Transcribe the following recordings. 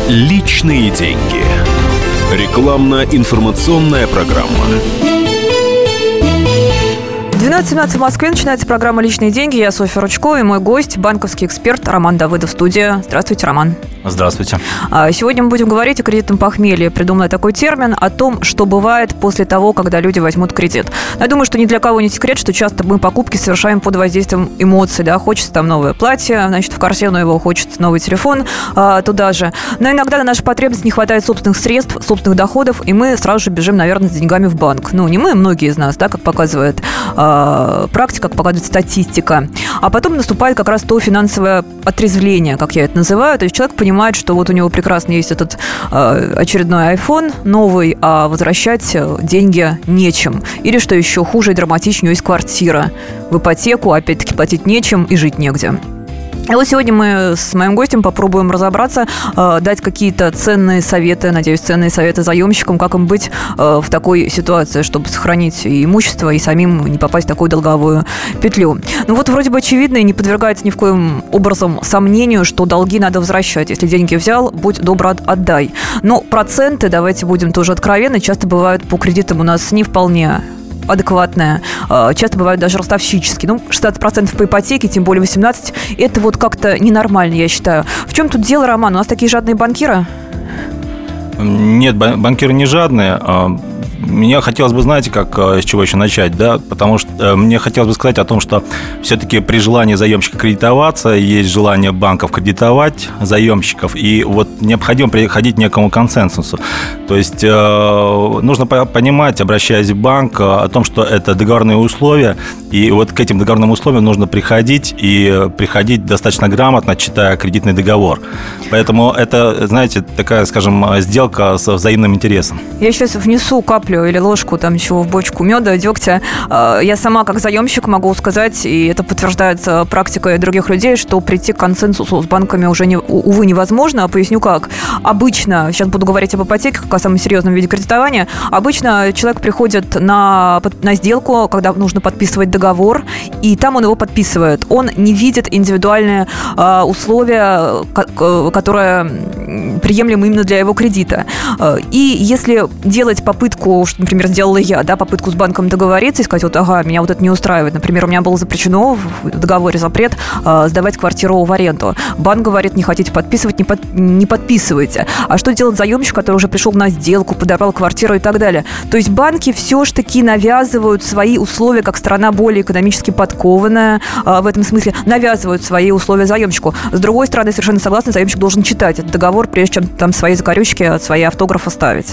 Личные деньги. Рекламно-информационная программа. 12:17 в Москве. Начинается программа «Личные деньги». Я Софья Ручко и мой гость, банковский эксперт Роман Давыдов в студии. Здравствуйте, Роман. Здравствуйте. Сегодня мы будем говорить о кредитном похмелье. Придумали такой термин о том, что бывает после того, когда люди возьмут кредит. Я думаю, что ни для кого не секрет, что часто мы покупки совершаем под воздействием эмоций. Да? Хочется там новое платье, значит, в корзину его хочется новый телефон туда же. Но иногда на нашу потребность не хватает собственных средств, собственных доходов, и мы сразу же бежим, наверное, с деньгами в банк. Ну, не мы, многие из нас, да, как показывает практика, как показывает статистика. А потом наступает как раз то финансовое отрезвление, как я это называю. То есть человек понимает, что вот у него прекрасно есть этот очередной iPhone новый, а возвращать деньги нечем. Или, что еще хуже и драматичнее, у него есть квартира в ипотеку, опять-таки платить нечем и жить негде. И вот сегодня мы с моим гостем попробуем разобраться, дать какие-то ценные советы, надеюсь, ценные советы заемщикам, как им быть в такой ситуации, чтобы сохранить и имущество, и самим не попасть в такую долговую петлю. Ну вот вроде бы очевидно и не подвергается ни в коем образом сомнению, что долги надо возвращать. Если деньги взял, будь добр, отдай. Но проценты, давайте будем тоже откровенны, часто бывают по кредитам у нас не вполне адекватная, часто бывают даже ростовщические. 60% по ипотеке, тем более 18%, это вот как-то ненормально, я считаю. В чем тут дело, Роман? У нас такие жадные банкиры? Нет, банкиры не жадные. Мне хотелось бы, знаете, с чего еще начать, да? Потому что мне хотелось бы сказать о том, что все-таки при желании заемщика кредитоваться есть желание банков кредитовать заемщиков, и вот необходимо приходить к некому консенсусу. То есть нужно понимать, обращаясь в банк, о том, что это договорные условия, и вот к этим договорным условиям нужно приходить, и приходить достаточно грамотно, читая кредитный договор. Поэтому это, знаете, такая, скажем, сделка с взаимным интересом. Я сейчас внесу каплю или ложку там чего в бочку меда, дегтя. Я сама как заемщик могу сказать, и это подтверждается практикой других людей, что прийти к консенсусу с банками уже, увы, невозможно. Поясню как. Обычно, сейчас буду говорить об ипотеке, как о самом серьезном виде кредитования, обычно человек приходит на сделку, когда нужно подписывать договор, и там он его подписывает. Он не видит индивидуальные условия, которые приемлемы именно для его кредита. И если делать попытку, что, например, сделала я, да, попытку с банком договориться и сказать, вот, ага, меня вот это не устраивает. Например, у меня было запрещено в договоре запрет сдавать квартиру в аренду. Банк говорит, не хотите подписывать, не подписывайте. А что делать заемщик, который уже пришел на сделку, подобрал квартиру и так далее? То есть банки все-таки навязывают свои условия, как страна более экономически подкованная в этом смысле, навязывают свои условия заемщику. С другой стороны, совершенно согласна, заемщик должен читать этот договор, прежде чем там свои закорючки, свои автографы ставить.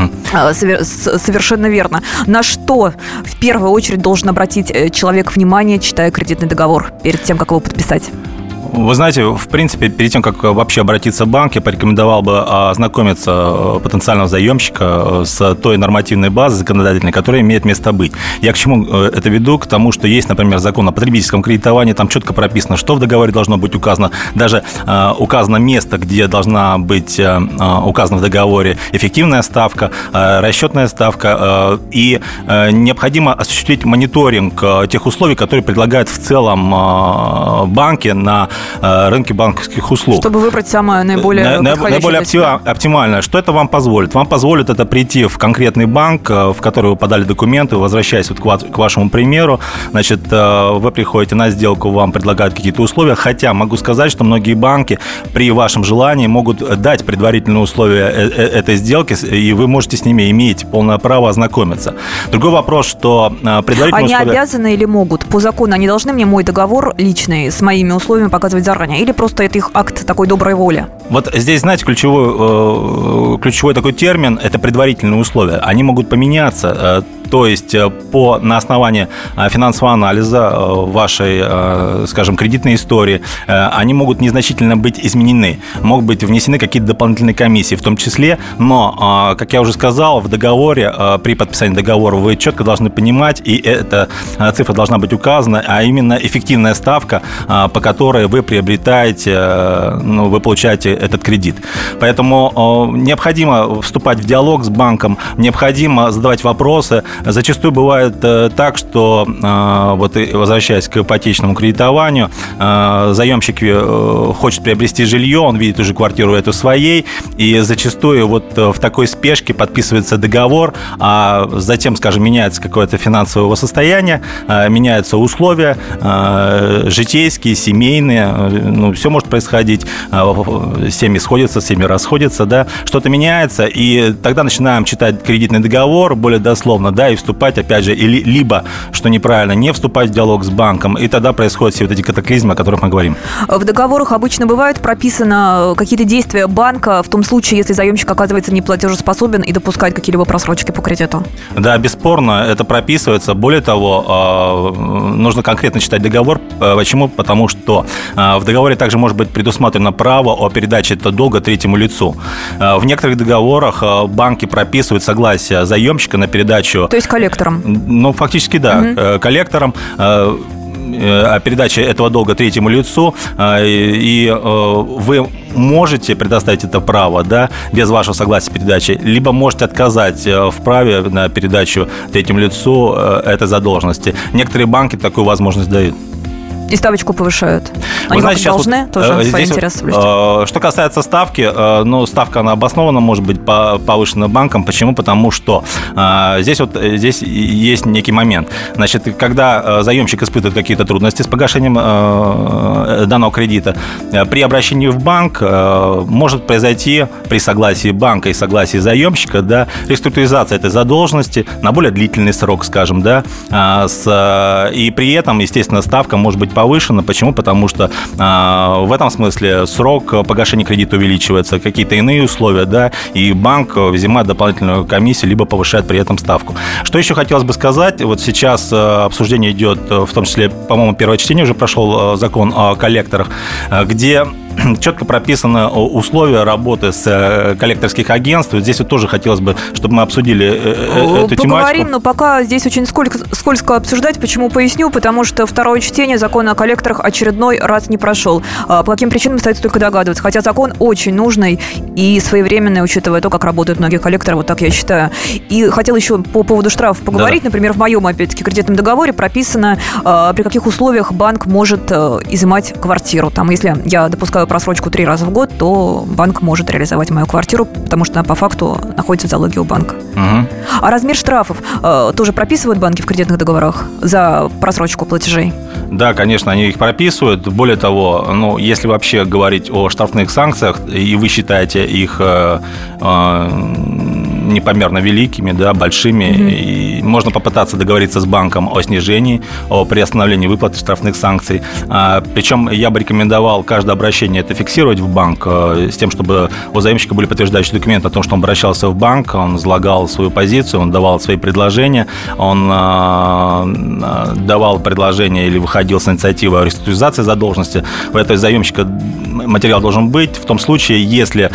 Совершенно верно. На что в первую очередь должен обратить человек внимание, читая кредитный договор, перед тем, как его подписать? Вы знаете, в принципе, перед тем, как вообще обратиться в банк, я порекомендовал бы ознакомиться потенциального заемщика с той нормативной базой законодательной, которая имеет место быть. Я к чему это веду? К тому, что есть, например, закон о потребительском кредитовании, там четко прописано, что в договоре должно быть указано, даже указано место, где должна быть указана в договоре эффективная ставка, расчетная ставка, и необходимо осуществить мониторинг тех условий, которые предлагают в целом банки на рынке банковских услуг. Чтобы выбрать самое наиболее оптимальное. Что это вам позволит? Вам позволит это прийти в конкретный банк, в который вы подали документы, возвращаясь вот к вашему примеру, значит, вы приходите на сделку, вам предлагают какие-то условия, хотя могу сказать, что многие банки при вашем желании могут дать предварительные условия этой сделки, и вы можете с ними, имеете полное право ознакомиться. Другой вопрос, что предварительные условия... Они обязаны или могут? По закону они должны мне мой договор личный с моими условиями показывать заранее? Или просто это их акт такой доброй воли? Вот здесь, знаете, ключевой такой термин – это предварительные условия. Они могут поменяться. То есть на основании финансового анализа вашей, скажем, кредитной истории, они могут незначительно быть изменены. Могут быть внесены какие-то дополнительные комиссии в том числе, но, как я уже сказал, в договоре, при подписании договора вы четко должны понимать, и эта цифра должна быть указана, а именно эффективная ставка, по которой вы приобретаете, вы получаете этот кредит. Поэтому необходимо вступать в диалог с банком, необходимо задавать вопросы. Зачастую бывает так, что, вот возвращаясь к ипотечному кредитованию, заемщик хочет приобрести жилье, он видит уже квартиру эту своей, и зачастую вот в такой спешке подписывается договор, а затем, скажем, меняется какое-то финансовое его состояние, меняются условия житейские, семейные, ну, все может происходить, семьи сходятся, семьи расходятся, да, что-то меняется, и тогда начинаем читать кредитный договор более дословно, да, и вступать, опять же, либо, что неправильно, не вступать в диалог с банком, и тогда происходят все вот эти катаклизмы, о которых мы говорим. В договорах обычно бывает прописано какие-то действия банка в том случае, если заемщик оказывается неплатежеспособен и допускает какие-либо просрочки по кредиту? Да, бесспорно, это прописывается. Более того, нужно конкретно читать договор. Почему? Потому что в договоре также может быть предусмотрено право о передаче этого долга третьему лицу. В некоторых договорах банки прописывают согласие заемщика на передачу... То есть коллекторам? Ну, фактически, да, коллекторам о передаче этого долга третьему лицу, и вы можете предоставить это право, да, без вашего согласия передачи, либо можете отказать в праве на передачу третьему лицу этой задолженности. Некоторые банки такую возможность дают. И ставочку повышают. Они должны тоже свои интересы соблюсти. Что касается ставки, ну, ставка, она обоснованно может быть повышена банком. Почему? Потому что здесь есть некий момент. Значит, когда заемщик испытывает какие-то трудности с погашением данного кредита, при обращении в банк может произойти при согласии банка и согласии заемщика, да, реструктуризация этой задолженности на более длительный срок, скажем, да, и при этом, естественно, ставка может быть повышена. Почему? Потому что в этом смысле срок погашения кредита увеличивается, какие-то иные условия, да, и банк взимает дополнительную комиссию, либо повышает при этом ставку. Что еще хотелось бы сказать? Вот сейчас обсуждение идет, в том числе, по-моему, первое чтение уже прошел закон о коллекторах, где четко прописаны условия работы с коллекторских агентств. Здесь вот тоже хотелось бы, чтобы мы обсудили эту тематику. Поговорим, но пока здесь очень скользко обсуждать. Почему? Поясню. Потому что второе чтение закона о коллекторах очередной раз не прошел. По каким причинам остается только догадываться. Хотя закон очень нужный и своевременный, учитывая то, как работают многие коллекторы. Вот так я считаю. И хотел еще по поводу штрафов поговорить. Да. Например, в моем, опять-таки, кредитном договоре прописано, при каких условиях банк может изымать квартиру. Там, если я допускаю просрочку 3 раза в год, то банк может реализовать мою квартиру, потому что она по факту находится в залоге у банка. Угу. А размер штрафов тоже прописывают банки в кредитных договорах за просрочку платежей? Да, конечно, они их прописывают. Более того, ну, если вообще говорить о штрафных санкциях, и вы считаете их непомерно великими, да, большими, и можно попытаться договориться с банком о снижении, о приостановлении выплаты штрафных санкций. Причем я бы рекомендовал каждое обращение это фиксировать в банк, с тем, чтобы у заемщика были подтверждающие документы о том, что он обращался в банк, он излагал свою позицию, он давал свои предложения, он давал предложения или выходил с инициативой о реструктуризации задолженности. У этого заемщика материал должен быть в том случае, если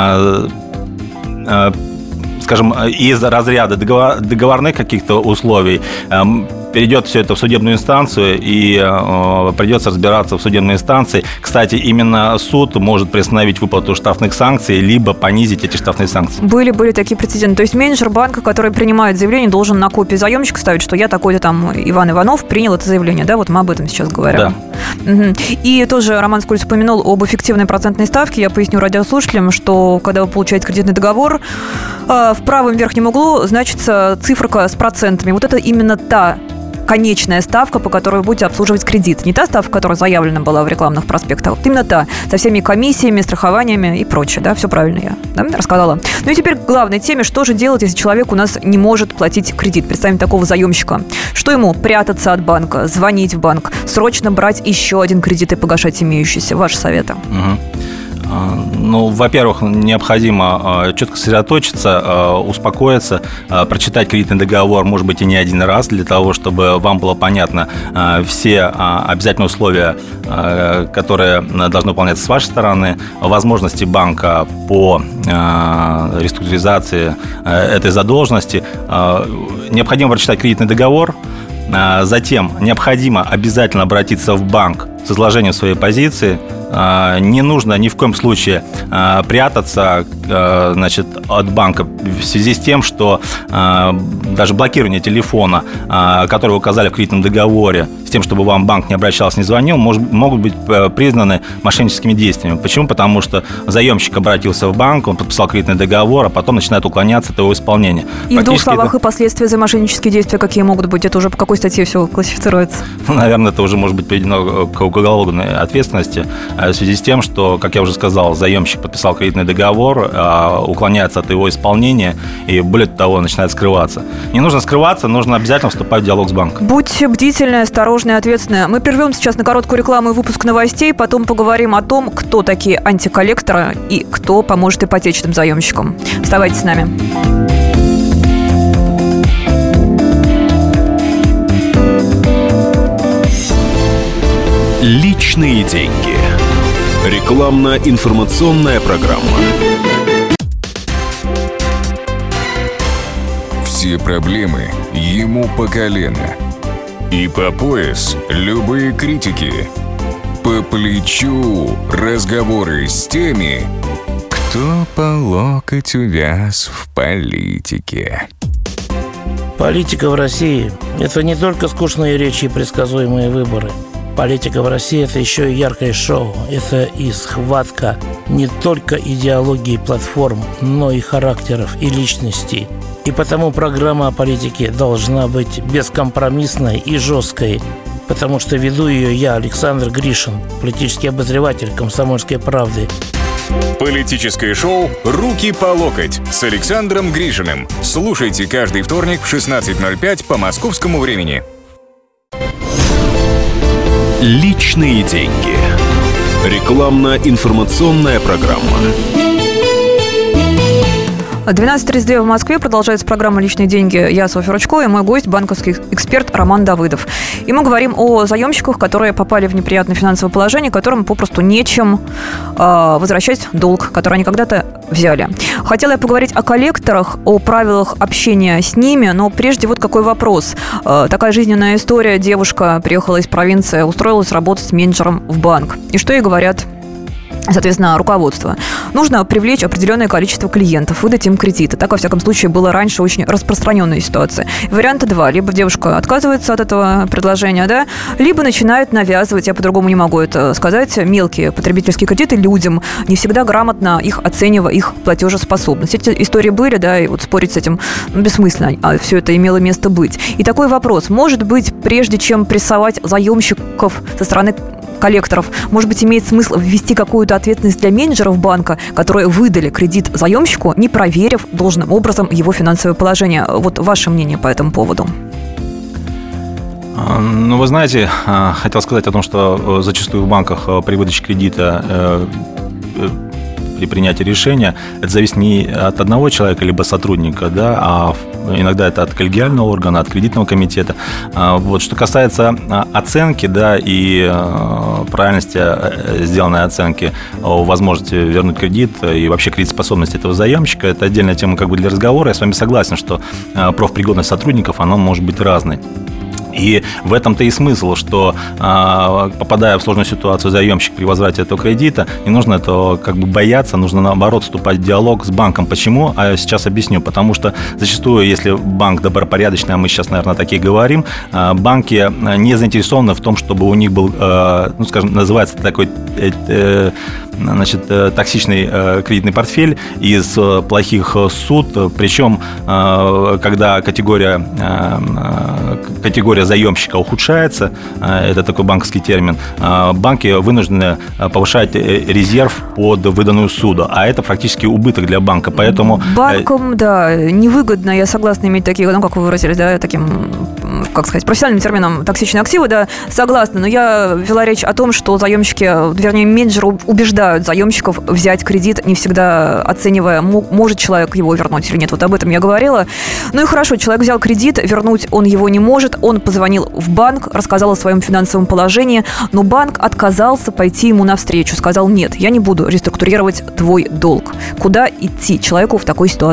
скажем, из разряда договорных каких-то условий перейдет все это в судебную инстанцию, и придется разбираться в судебной инстанции. Кстати, именно суд может приостановить выплату штрафных санкций, либо понизить эти штрафные санкции. Были такие прецеденты. То есть менеджер банка, который принимает заявление, должен на копии заемщика ставить, что я такой-то там Иван Иванов принял это заявление. Да, вот мы об этом сейчас говорим. Да. Угу. И тоже Роман Скольц упомянул об эффективной процентной ставке. Я поясню радиослушателям, что когда вы получаете кредитный договор, в правом верхнем углу значится циферка с процентами. Вот это именно та конечная ставка, по которой вы будете обслуживать кредит. Не та ставка, которая заявлена была в рекламных проспектах, вот именно та, со всеми комиссиями, страхованиями и прочее. Да, все правильно я рассказала. Ну и теперь к главной теме. Что же делать, если человек у нас не может платить кредит? Представим такого заемщика. Что ему? Прятаться от банка, звонить в банк, срочно брать еще один кредит и погашать имеющийся? Ваши советы. Ну, во-первых, необходимо четко сосредоточиться, успокоиться, прочитать кредитный договор, может быть, и не один раз, для того, чтобы вам было понятно все обязательные условия, которые должны выполняться с вашей стороны, возможности банка по реструктуризации этой задолженности. Необходимо прочитать кредитный договор. Затем необходимо обязательно обратиться в банк с изложением своей позиции, не нужно ни в коем случае прятаться, значит, от банка в связи с тем, что даже блокирование телефона, который вы указали в кредитном договоре, с тем, чтобы вам банк не обращался, не звонил, могут быть признаны мошенническими действиями. Почему? Потому что заемщик обратился в банк, он подписал кредитный договор, а потом начинает уклоняться от его исполнения. И в двух словах, и последствия за мошеннические действия какие могут быть? Это уже по какой статье все классифицируется? Наверное, это уже может быть приведено к уголовной ответственности в связи с тем, что, как я уже сказал, заемщик подписал кредитный договор, уклоняется от его исполнения и, более того, начинает скрываться. Не нужно скрываться, нужно обязательно вступать в диалог с банком. Будьте бдительны, осторожны и ответственны. Мы прервем сейчас на короткую рекламу и выпуск новостей, потом поговорим о том, кто такие антиколлекторы и кто поможет ипотечным заемщикам. Оставайтесь с нами. Личные деньги. Рекламно-информационная программа. Все проблемы ему по колено. И по пояс любые критики. По плечу разговоры с теми, кто по локоть увяз в политике. Политика в России – это не только скучные речи и предсказуемые выборы. Политика в России – это еще и яркое шоу. Это и схватка не только идеологии платформ, но и характеров и личностей. И потому программа о политике должна быть бескомпромиссной и жесткой, потому что веду ее я, Александр Гришин, политический обозреватель «Комсомольской правды». Политическое шоу «Руки по локоть» с Александром Гришиным. Слушайте каждый вторник в 16:05 по московскому времени. Личные деньги. Рекламно-информационная программа. 12:32 в Москве. Продолжается программа «Личные деньги». Я Софья Ручко и мой гость, банковский эксперт Роман Давыдов. И мы говорим о заемщиках, которые попали в неприятное финансовое положение, которым попросту нечем возвращать долг, который они когда-то взяли. Хотела я поговорить о коллекторах, о правилах общения с ними, но прежде вот какой вопрос. Такая жизненная история. Девушка приехала из провинции, устроилась работать менеджером в банк. И что ей говорят? Соответственно, руководство. Нужно привлечь определенное количество клиентов, выдать им кредиты. Так, во всяком случае, была раньше очень распространенная ситуация. Варианта два. Либо девушка отказывается от этого предложения, да, либо начинает навязывать, я по-другому не могу это сказать, мелкие потребительские кредиты людям, не всегда грамотно их оценивая, их платежеспособность. Эти истории были, да, и вот спорить с этим бессмысленно, а все это имело место быть. И такой вопрос. Может быть, прежде чем прессовать заемщиков со стороны коллекторов, может быть, имеет смысл ввести какую-то ответственность для менеджеров банка, которые выдали кредит заемщику, не проверив должным образом его финансовое положение. Вот ваше мнение по этому поводу. Ну, вы знаете, хотел сказать о том, что зачастую в банках при выдаче кредита, при принятии решения, это зависит не от одного человека, либо сотрудника, да, а иногда это от коллегиального органа, от кредитного комитета. Вот. Что касается оценки, да, и правильности сделанной оценки о возможности вернуть кредит и вообще кредитоспособности этого заемщика, это отдельная тема как бы для разговора. Я с вами согласен, что профпригодность сотрудников, она может быть разной. И в этом-то и смысл, что, попадая в сложную ситуацию заемщик при возврате этого кредита, не нужно этого как бы бояться, нужно наоборот вступать в диалог с банком. Почему? А я сейчас объясню. Потому что зачастую, если банк добропорядочный, а мы сейчас, наверное, такие говорим, банки не заинтересованы в том, чтобы у них был, ну, скажем, называется такой, значит, токсичный кредитный портфель из плохих суд. Причем, когда категория заемщика ухудшается, это такой банковский термин, банки вынуждены повышать резерв под выданную суду, а это фактически убыток для банка, поэтому... Банкам, да, невыгодно, я согласна иметь такие, ну, как вы выразились, да, таким, как сказать, профессиональным термином токсичные активы, да, согласна, но я вела речь о том, что заемщики, вернее, менеджеры убеждают заемщиков взять кредит, не всегда оценивая, может человек его вернуть или нет, вот об этом я говорила. Ну и хорошо, человек взял кредит, вернуть он его не может, он позвонил в банк, рассказал о своем финансовом положении, но банк отказался пойти ему навстречу, сказал: нет, я не буду реструктурировать твой долг. Куда идти человеку в такой ситуации?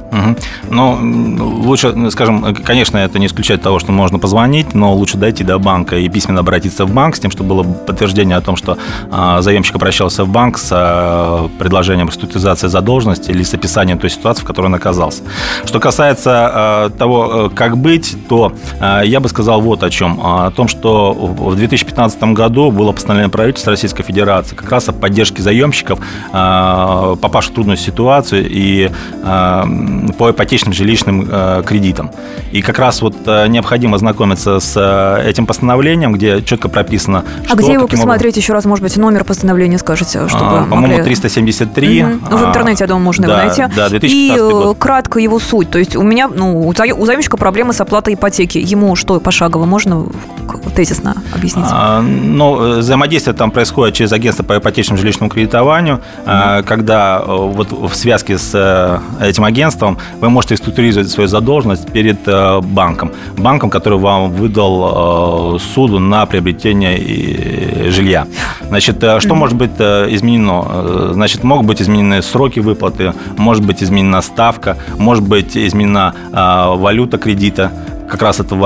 Ну, лучше, скажем, конечно, это не исключает того, что можно позвонить, но лучше дойти до банка и письменно обратиться в банк с тем, чтобы было подтверждение о том, что заемщик обращался в банк с предложением реструктуризации задолженности или с описанием той ситуации, в которой он оказался. Что касается того, как быть, то я бы сказал вот о чем. О том, что в 2015 году было постановление правительства Российской Федерации как раз о поддержке заемщиков, попавших в трудную ситуацию и по ипотечным жилищным кредитам. И как раз вот необходимо ознакомиться с этим постановлением, где четко прописано, что... А где его посмотреть еще раз, может быть, номер постановления скажете, чтобы по-моему, 373. В интернете, я думаю, можно его найти. Да, 2015 год. И кратко его суть. То есть у меня, у заемщика проблемы с оплатой ипотеки. Ему что, пошагово можно тезисно объяснить? Взаимодействие там происходит через агентство по ипотечному жилищному кредитованию, когда вот в связке с этим агентством вы можете структурировать свою задолженность перед банком, который вам выдал суду на приобретение жилья. Значит, что может быть изменено? Значит, могут быть изменены сроки выплаты, может быть изменена ставка, может быть изменена валюта кредита. Как раз это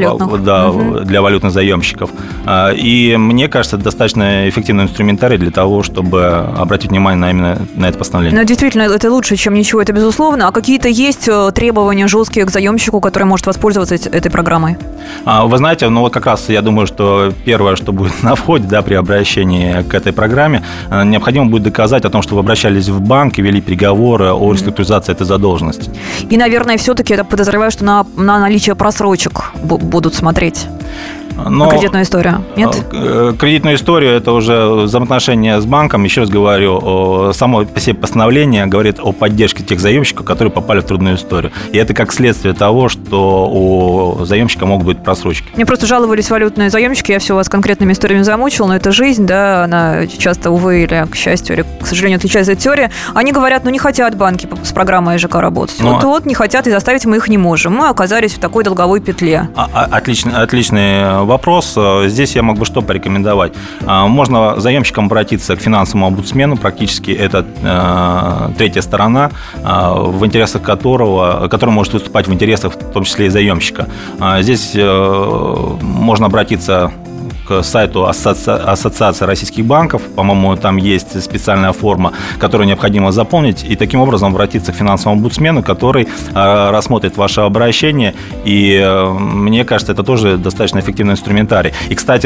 для валютных заемщиков. И мне кажется, это достаточно эффективный инструментарий для того, чтобы обратить внимание именно на это постановление. Но действительно, это лучше, чем ничего, это безусловно. А какие-то есть требования жесткие к заемщику, который может воспользоваться этой программой? Вы знаете, вот как раз я думаю, что первое, что будет на входе, при обращении к этой программе, необходимо будет доказать о том, что вы обращались в банк и вели переговоры о реструктуризации этой задолженности. И, наверное, все-таки я подозреваю, что на наличие просрочек будут смотреть. Но кредитную историю, нет? Кредитную историю – это уже взаимоотношения с банком. Еще раз говорю, само по себе постановление говорит о поддержке тех заемщиков, которые попали в трудную историю. И это как следствие того, что у заемщика могут быть просрочки. Мне просто жаловались валютные заемщики, я все вас конкретными историями замучил, но это жизнь, да, она часто, увы, или к счастью, или к сожалению, отличается от теории. Они говорят, не хотят банки с программой ЖК работать. Вот не хотят, и заставить мы их не можем. Мы оказались в такой долговой петле. Отличный вопрос. Здесь я мог бы что порекомендовать. Можно заемщикам обратиться к финансовому омбудсмену, практически это третья сторона, в интересах который может выступать в интересах, в том числе и заемщика. Здесь можно обратиться к сайту Ассоциации российских банков. По-моему, там есть специальная форма, которую необходимо заполнить, и таким образом обратиться к финансовому омбудсмену, который рассмотрит ваше обращение. И мне кажется, это тоже достаточно эффективный инструментарий. И, кстати,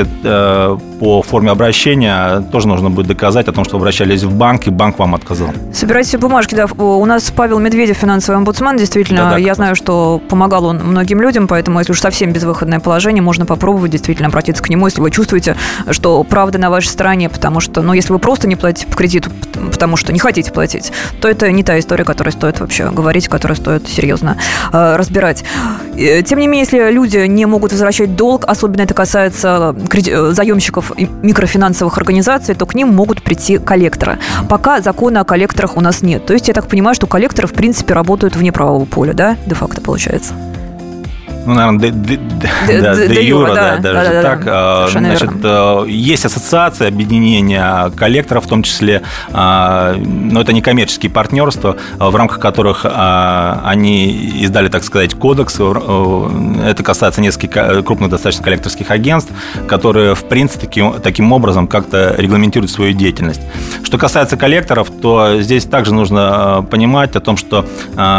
по форме обращения тоже нужно будет доказать о том, что обращались в банк, и банк вам отказал. Собирайте бумажки, да. У нас Павел Медведев, финансовый омбудсмен, действительно. Я знаю, что помогал он многим людям, поэтому, если уж совсем безвыходное положение, можно попробовать действительно обратиться к нему, если вы чувствуете, что правда на вашей стороне, потому что, если вы просто не платите по кредиту, потому что не хотите платить, то это не та история, которой стоит вообще говорить, которую стоит серьезно разбирать. Тем не менее, если люди не могут возвращать долг, особенно это касается заемщиков и микрофинансовых организаций, то к ним могут прийти коллекторы. Пока закона о коллекторах у нас нет. То есть я так понимаю, что коллекторы, в принципе, работают вне правового поля, да, де-факто получается? Наверное, де юра, даже так. Значит, есть ассоциации, объединения коллекторов, в том числе, но это не коммерческие партнерства, в рамках которых они издали, так сказать, кодекс. Это касается нескольких крупных достаточно коллекторских агентств, которые, в принципе, таким образом как-то регламентируют свою деятельность. Что касается коллекторов, то здесь также нужно понимать о том, что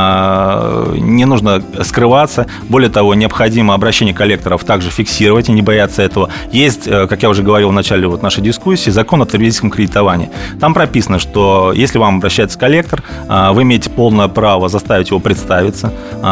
не нужно скрываться. Более того, необходимо обращение коллекторов также фиксировать и не бояться этого. Есть, как я уже говорил в начале нашей дискуссии, закон о потребительском кредитовании. Там прописано, что если вам обращается коллектор, вы имеете полное право заставить его представиться.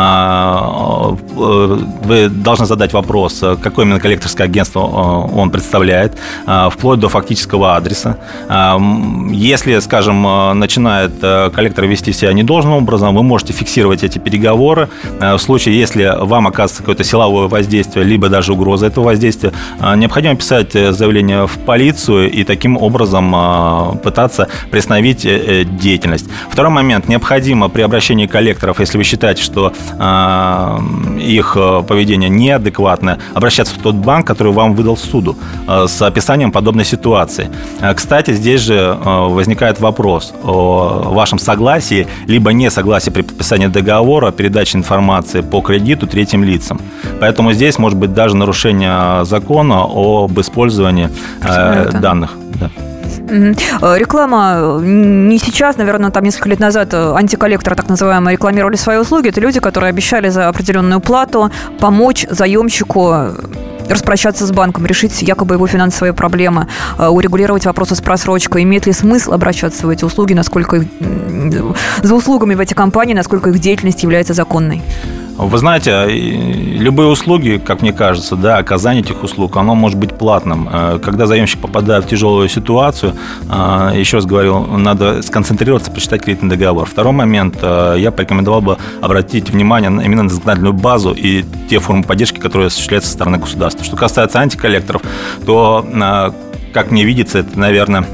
Вы должны задать вопрос, какое именно коллекторское агентство он представляет, вплоть до фактического адреса. Если, скажем, начинает коллектор вести себя недолжным образом, вы можете фиксировать эти переговоры. В случае, если вам оказывается оказывается какое-то силовое воздействие, либо даже угроза этого воздействия, необходимо писать заявление в полицию и таким образом пытаться приостановить деятельность. Второй момент. Необходимо при обращении коллекторов, если вы считаете, что их поведение неадекватное, обращаться в тот банк, который вам выдал ссуду, с описанием подобной ситуации. Кстати, здесь же возникает вопрос о вашем согласии, либо несогласии при подписании договора о передаче информации по кредиту третьим лицам. Поэтому здесь может быть даже нарушение закона об использовании данных. Да. Реклама не сейчас, наверное, там несколько лет назад антиколлекторы, так называемые, рекламировали свои услуги. Это люди, которые обещали за определенную плату помочь заемщику распрощаться с банком, решить якобы его финансовые проблемы, урегулировать вопросы с просрочкой. Имеет ли смысл обращаться в эти услуги, насколько за услугами в эти компании, насколько их деятельность является законной? Вы знаете, любые услуги, как мне кажется, да, оказание этих услуг, оно может быть платным. Когда заемщик попадает в тяжелую ситуацию, еще раз говорю, надо сконцентрироваться, прочитать кредитный договор. Второй момент, я порекомендовал бы обратить внимание именно на законодательную базу и те формы поддержки, которые осуществляются со стороны государства. Что касается антиколлекторов, то, как мне видится, это, наверное,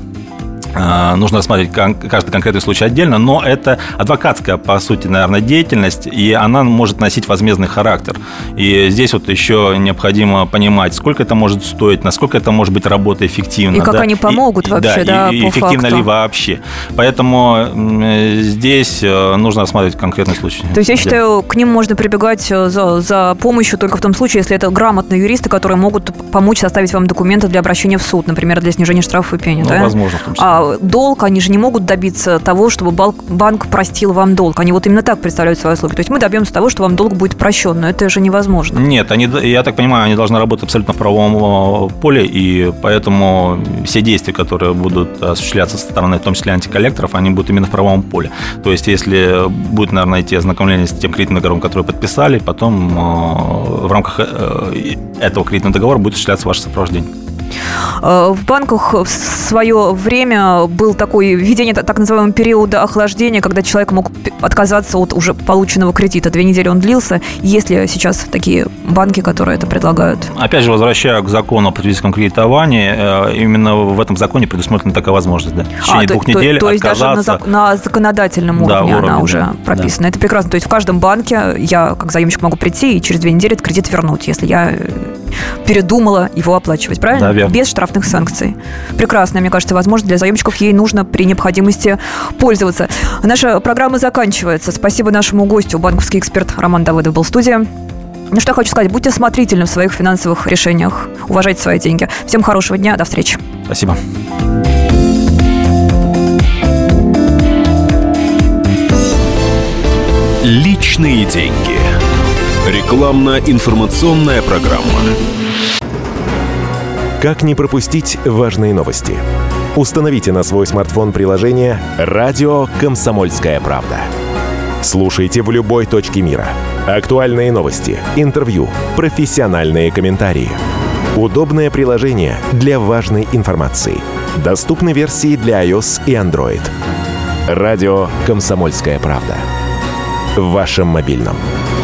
нужно рассматривать каждый конкретный случай отдельно, но это адвокатская, по сути, наверное, деятельность, и она может носить возмездный характер. И здесь вот еще необходимо понимать, сколько это может стоить, насколько это может быть работа эффективна. И как они помогут вообще, да, и по эффективно факту. ли вообще. Поэтому здесь нужно рассматривать конкретный случай. То есть я считаю, к ним можно прибегать за помощью только в том случае, если это грамотные юристы, которые могут помочь составить вам документы для обращения в суд, например, для снижения штрафов и пени. Да? Возможно, в том числе. Долг, они же не могут добиться того, чтобы банк простил вам долг. Они вот именно так представляют свои услуги. То есть мы добьемся того, что вам долг будет прощен, но это же невозможно. Нет, я так понимаю, они должны работать абсолютно в правовом поле, и поэтому все действия, которые будут осуществляться со стороны, в том числе антиколлекторов, они будут именно в правовом поле. То есть если будет, наверное, идти ознакомление с тем кредитным договором, который подписали, потом в рамках этого кредитного договора будет осуществляться ваше сопровождение. В банках в свое время был такое введение так называемого периода охлаждения, когда человек мог отказаться от уже полученного кредита. 2 недели он длился. Есть ли сейчас такие банки, которые это предлагают? Опять же, возвращаю к закону о потребительском кредитовании. Именно в этом законе предусмотрена такая возможность. Да? В течение 2 недель то есть отказаться. даже на законодательном уровне она уже прописана. Да. Это прекрасно. То есть в каждом банке я, как заемщик, могу прийти и через 2 недели этот кредит вернуть, если я передумала его оплачивать, правильно? Да, верно. Без штрафных санкций. Прекрасная, мне кажется, возможность для заемщиков. Ей нужно при необходимости пользоваться. Наша программа заканчивается. Спасибо нашему гостю. Банковский эксперт Роман Давыдов был в студии. Ну что хочу сказать, будьте осмотрительны в своих финансовых решениях. Уважайте свои деньги. Всем хорошего дня, до встречи. Спасибо. Личные деньги. Рекламно-информационная программа. Как не пропустить важные новости? Установите на свой смартфон приложение «Радио Комсомольская правда». Слушайте в любой точке мира. Актуальные новости, интервью, профессиональные комментарии. Удобное приложение для важной информации. Доступны версии для iOS и Android. «Радио Комсомольская правда». В вашем мобильном.